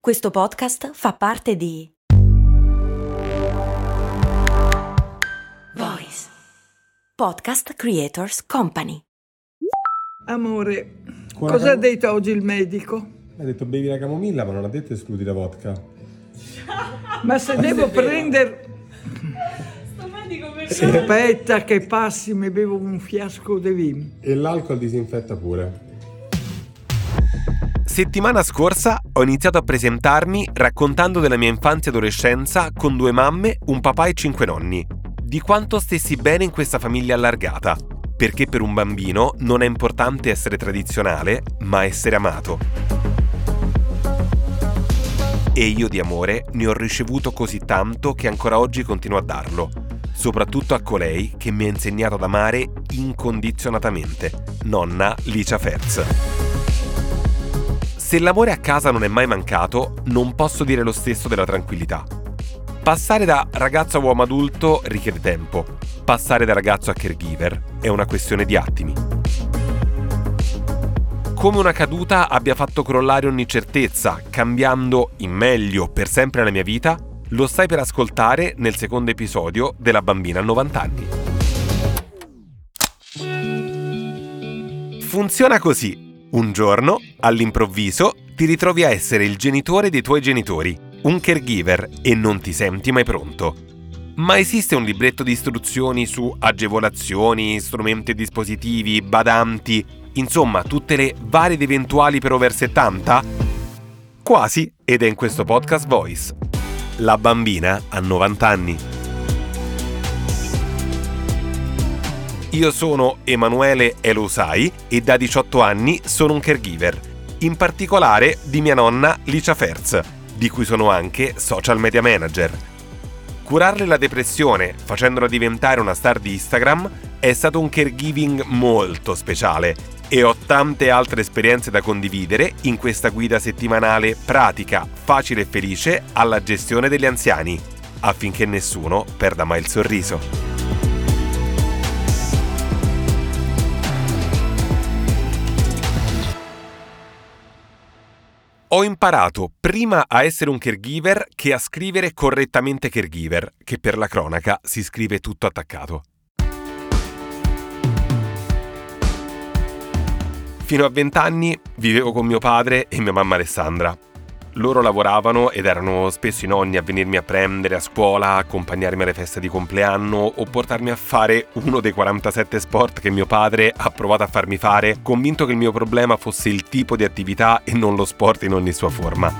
Questo podcast fa parte di Voice Podcast Creators Company. Amore, cosa ha detto oggi il medico? Ha detto bevi la camomilla, ma non ha detto escludi la vodka. Ma se devo prendere... Sto medico per Aspetta che passi, mi bevo un fiasco di vino. E l'alcol disinfetta pure. Settimana scorsa ho iniziato a presentarmi raccontando della mia infanzia e adolescenza con 2 mamme, un papà e 5 nonni. Di quanto stessi bene in questa famiglia allargata. Perché per un bambino non è importante essere tradizionale, ma essere amato. E io di amore ne ho ricevuto così tanto che ancora oggi continuo a darlo. Soprattutto a colei che mi ha insegnato ad amare incondizionatamente, nonna Licia Ferz. Se l'amore a casa non è mai mancato, non posso dire lo stesso della tranquillità. Passare da ragazzo a uomo adulto richiede tempo. Passare da ragazzo a caregiver è una questione di attimi. Come una caduta abbia fatto crollare ogni certezza, cambiando in meglio per sempre la mia vita, lo stai per ascoltare nel secondo episodio della Bambina a 90 anni. Funziona così. Un giorno, all'improvviso, ti ritrovi a essere il genitore dei tuoi genitori, un caregiver, e non ti senti mai pronto. Ma esiste un libretto di istruzioni su agevolazioni, strumenti e dispositivi, badanti, insomma tutte le varie ed eventuali per over 70? Quasi, ed è in questo podcast Voice. La bambina ha 90 anni. Io sono Emanuele e lo sai, e da 18 anni sono un caregiver, in particolare di mia nonna Licia Ferz, di cui sono anche social media manager. Curarle la depressione, facendola diventare una star di Instagram, è stato un caregiving molto speciale e ho tante altre esperienze da condividere in questa guida settimanale pratica, facile e felice alla gestione degli anziani, affinché nessuno perda mai il sorriso. Ho imparato prima a essere un caregiver che a scrivere correttamente caregiver, che per la cronaca si scrive tutto attaccato. Fino a 20 anni vivevo con mio padre e mia mamma Alessandra. Loro lavoravano ed erano spesso i nonni a venirmi a prendere a scuola, accompagnarmi alle feste di compleanno o portarmi a fare uno dei 47 sport che mio padre ha provato a farmi fare, convinto che il mio problema fosse il tipo di attività e non lo sport in ogni sua forma.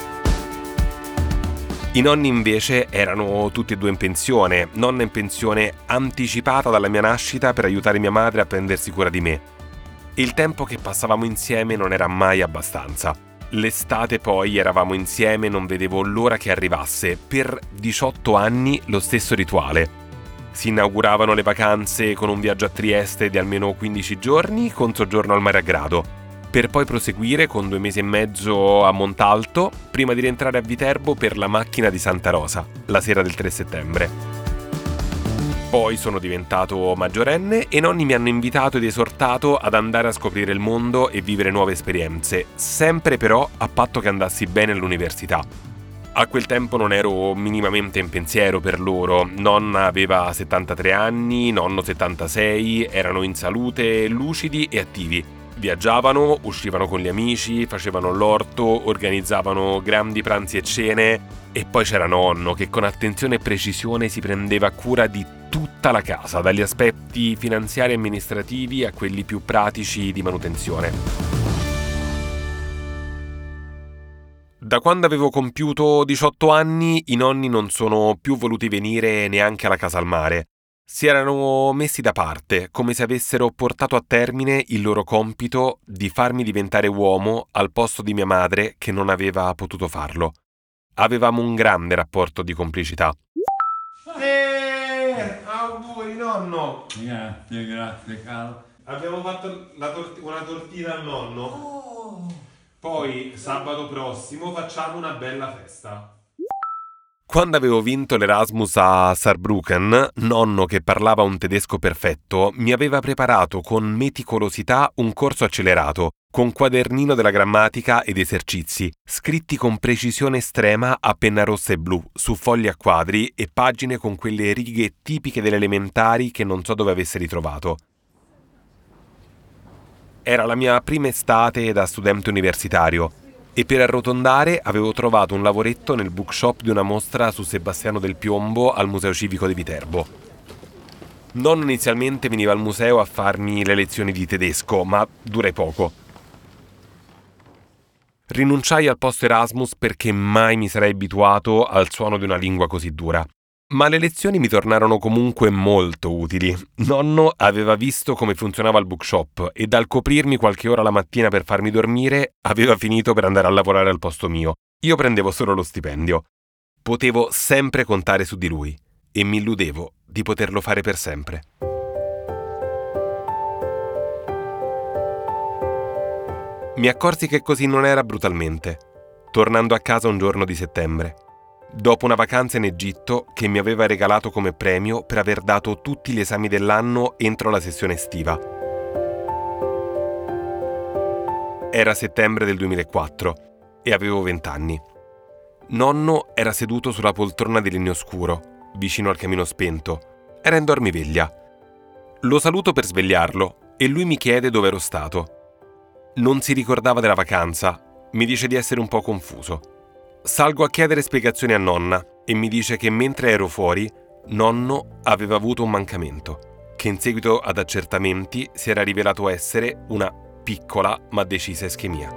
I nonni invece erano tutti e 2 in pensione, nonna in pensione anticipata dalla mia nascita per aiutare mia madre a prendersi cura di me. Il tempo che passavamo insieme non era mai abbastanza. L'estate poi eravamo insieme e non vedevo l'ora che arrivasse. Per 18 anni lo stesso rituale. Si inauguravano le vacanze con un viaggio a Trieste di almeno 15 giorni con soggiorno al mare a grado, per poi proseguire con 2 mesi e mezzo a Montalto, prima di rientrare a Viterbo per la macchina di Santa Rosa, la sera del 3 settembre. Poi sono diventato maggiorenne e i nonni mi hanno invitato ed esortato ad andare a scoprire il mondo e vivere nuove esperienze, sempre però a patto che andassi bene all'università. A quel tempo non ero minimamente in pensiero per loro. Nonna aveva 73 anni, nonno 76, erano in salute, lucidi e attivi. Viaggiavano, uscivano con gli amici, facevano l'orto, organizzavano grandi pranzi e cene. E poi c'era nonno che con attenzione e precisione si prendeva cura di tutta la casa, dagli aspetti finanziari e amministrativi a quelli più pratici di manutenzione. Da quando avevo compiuto 18 anni, i nonni non sono più voluti venire neanche alla casa al mare. Si erano messi da parte, come se avessero portato a termine il loro compito di farmi diventare uomo al posto di mia madre che non aveva potuto farlo. Avevamo un grande rapporto di complicità. Auguri nonno! Grazie caro. Abbiamo fatto una tortina al nonno. Poi sabato prossimo facciamo una bella festa. Quando avevo vinto l'Erasmus a Saarbrücken, nonno, che parlava un tedesco perfetto, mi aveva preparato con meticolosità un corso accelerato, con quadernino della grammatica ed esercizi, scritti con precisione estrema a penna rossa e blu, su fogli a quadri e pagine con quelle righe tipiche delle elementari che non so dove avesse ritrovato. Era la mia prima estate da studente universitario e per arrotondare avevo trovato un lavoretto nel bookshop di una mostra su Sebastiano del Piombo al Museo Civico di Viterbo. Nonno inizialmente veniva al museo a farmi le lezioni di tedesco, ma durai poco. Rinunciai al posto Erasmus perché mai mi sarei abituato al suono di una lingua così dura. Ma le lezioni mi tornarono comunque molto utili. Nonno aveva visto come funzionava il bookshop e dal coprirmi qualche ora la mattina per farmi dormire aveva finito per andare a lavorare al posto mio. Io prendevo solo lo stipendio. Potevo sempre contare su di lui e mi illudevo di poterlo fare per sempre. Mi accorsi che così non era brutalmente, tornando a casa un giorno di settembre, dopo una vacanza in Egitto che mi aveva regalato come premio per aver dato tutti gli esami dell'anno entro la sessione estiva. Era settembre del 2004 e avevo 20 anni. Nonno era seduto sulla poltrona di legno scuro, vicino al camino spento. Era in dormiveglia. Lo saluto per svegliarlo e lui mi chiede dove ero stato. Non si ricordava della vacanza, mi dice di essere un po' confuso. Salgo a chiedere spiegazioni a nonna e mi dice che mentre ero fuori, nonno aveva avuto un mancamento, che in seguito ad accertamenti si era rivelato essere una piccola ma decisa ischemia.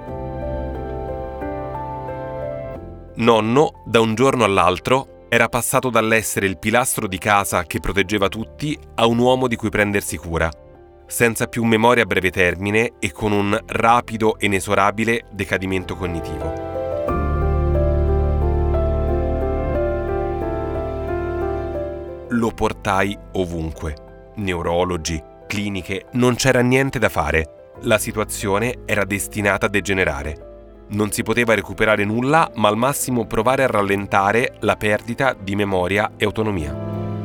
Nonno, da un giorno all'altro, era passato dall'essere il pilastro di casa che proteggeva tutti a un uomo di cui prendersi cura, senza più memoria a breve termine e con un rapido e inesorabile decadimento cognitivo. Lo portai ovunque. Neurologi, cliniche, non c'era niente da fare. La situazione era destinata a degenerare. Non si poteva recuperare nulla, ma al massimo provare a rallentare la perdita di memoria e autonomia.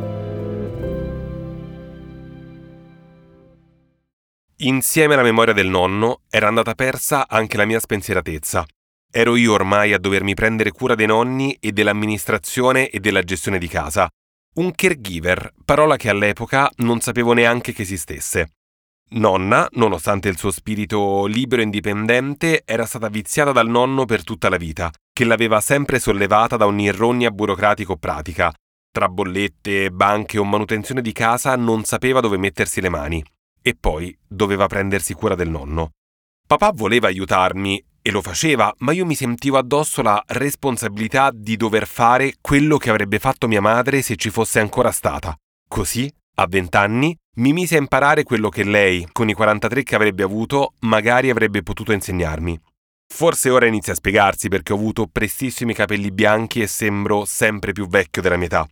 Insieme alla memoria del nonno era andata persa anche la mia spensieratezza. Ero io ormai a dovermi prendere cura dei nonni e dell'amministrazione e della gestione di casa. Un caregiver, parola che all'epoca non sapevo neanche che esistesse. Nonna, nonostante il suo spirito libero e indipendente, era stata viziata dal nonno per tutta la vita, che l'aveva sempre sollevata da un'irronia burocratico-pratica. Tra bollette, banche o manutenzione di casa non sapeva dove mettersi le mani. E poi doveva prendersi cura del nonno. Papà voleva aiutarmi e lo faceva, ma io mi sentivo addosso la responsabilità di dover fare quello che avrebbe fatto mia madre se ci fosse ancora stata. Così, a 20 anni, mi mise a imparare quello che lei, con i 43 che avrebbe avuto, magari avrebbe potuto insegnarmi. Forse ora inizia a spiegarsi perché ho avuto prestissimi capelli bianchi e sembro sempre più vecchio della mia età.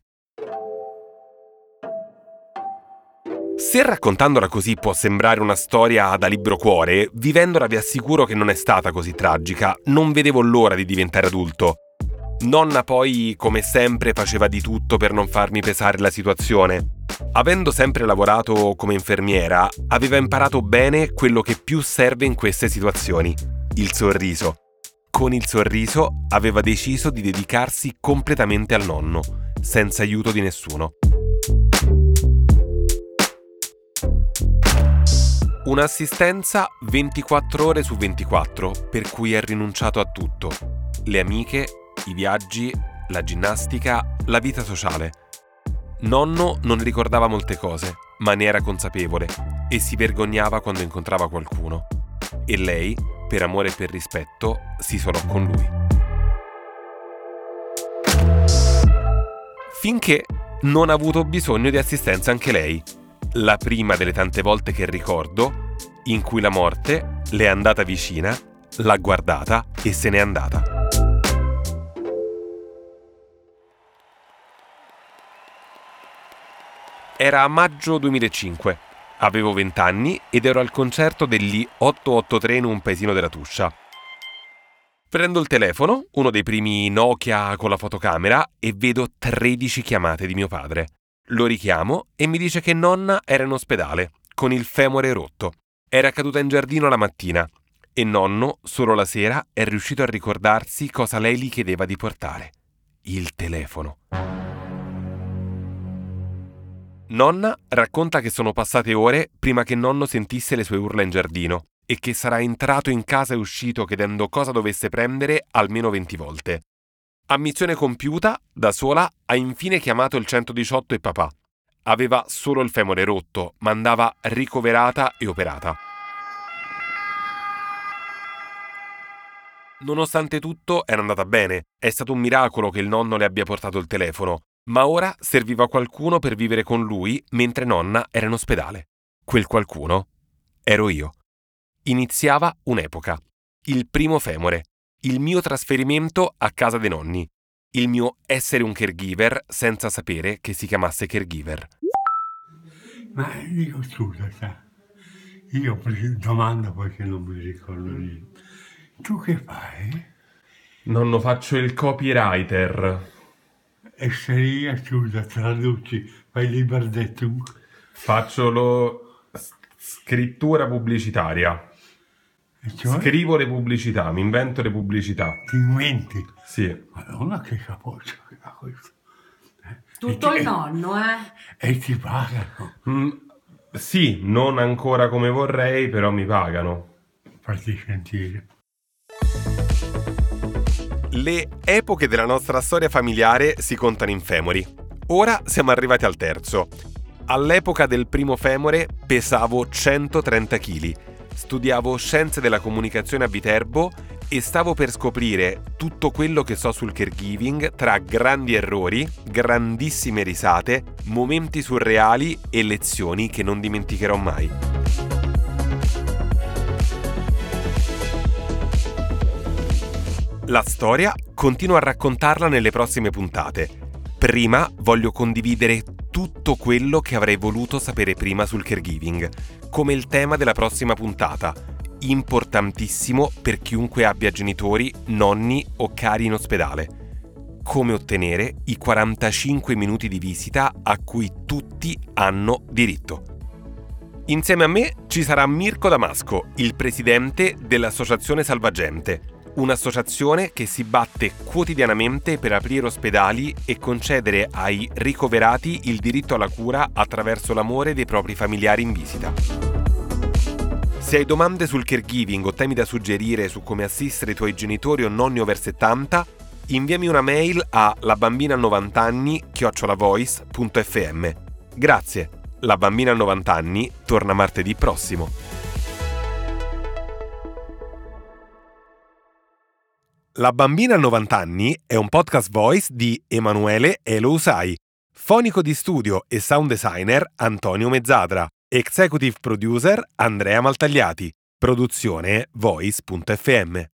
Se raccontandola così può sembrare una storia da libro cuore, vivendola vi assicuro che non è stata così tragica. Non vedevo l'ora di diventare adulto. Nonna poi, come sempre, faceva di tutto per non farmi pesare la situazione. Avendo sempre lavorato come infermiera, aveva imparato bene quello che più serve in queste situazioni: il sorriso. Con il sorriso aveva deciso di dedicarsi completamente al nonno, senza aiuto di nessuno. Un'assistenza 24 ore su 24, per cui ha rinunciato a tutto. Le amiche, i viaggi, la ginnastica, la vita sociale. Nonno non ricordava molte cose, ma ne era consapevole e si vergognava quando incontrava qualcuno. E lei, per amore e per rispetto, si isolò con lui. Finché non ha avuto bisogno di assistenza anche lei. La prima delle tante volte che ricordo, in cui la morte le è andata vicina, l'ha guardata e se n'è andata. Era a maggio 2005, avevo 20 anni ed ero al concerto degli 883 in un paesino della Tuscia. Prendo il telefono, uno dei primi Nokia con la fotocamera, e vedo 13 chiamate di mio padre. Lo richiamo e mi dice che nonna era in ospedale, con il femore rotto. Era caduta in giardino la mattina e nonno, solo la sera, è riuscito a ricordarsi cosa lei gli chiedeva di portare. Il telefono. Nonna racconta che sono passate ore prima che nonno sentisse le sue urla in giardino e che sarà entrato in casa e uscito chiedendo cosa dovesse prendere almeno 20 volte. A missione compiuta, da sola, ha infine chiamato il 118 e papà. Aveva solo il femore rotto, ma andava ricoverata e operata. Nonostante tutto, era andata bene. È stato un miracolo che il nonno le abbia portato il telefono, ma ora serviva qualcuno per vivere con lui mentre nonna era in ospedale. Quel qualcuno ero io. Iniziava un'epoca. Il primo femore. Il mio trasferimento a casa dei nonni. Il mio essere un caregiver senza sapere che si chiamasse caregiver. Ma dico scusa, io ho preso domanda perché non mi ricordo niente. Tu che fai? Nonno, faccio il copywriter. E seria, scusa, traduci, fai liberdetto. Faccio scrittura pubblicitaria. E cioè? Scrivo le pubblicità, mi invento le pubblicità. Ti inventi? Sì. Madonna che capoccia che fa questo. Tutto il nonno, E ti pagano. Sì, non ancora come vorrei, però mi pagano. Farti sentire. Le epoche della nostra storia familiare si contano in femori. Ora siamo arrivati al terzo. All'epoca del primo femore pesavo 130 kg. Studiavo scienze della comunicazione a Viterbo e stavo per scoprire tutto quello che so sul caregiving tra grandi errori, grandissime risate, momenti surreali e lezioni che non dimenticherò mai. La storia continuo a raccontarla nelle prossime puntate. Prima voglio condividere tutto quello che avrei voluto sapere prima sul caregiving, come il tema della prossima puntata, importantissimo per chiunque abbia genitori, nonni o cari in ospedale. Come ottenere i 45 minuti di visita a cui tutti hanno diritto. Insieme a me ci sarà Mirko Damasco, il presidente dell'Associazione Salvagente, un'associazione che si batte quotidianamente per aprire ospedali e concedere ai ricoverati il diritto alla cura attraverso l'amore dei propri familiari in visita. Se hai domande sul caregiving o temi da suggerire su come assistere i tuoi genitori o nonni over 70, inviami una mail a labambina90anni@voice.fm. Grazie, La Bambina a 90 anni torna martedì prossimo. La Bambina a 90 anni è un podcast voice di Emanuele Elousai, fonico di studio e sound designer Antonio Mezzadra, executive producer Andrea Maltagliati, produzione voice.fm.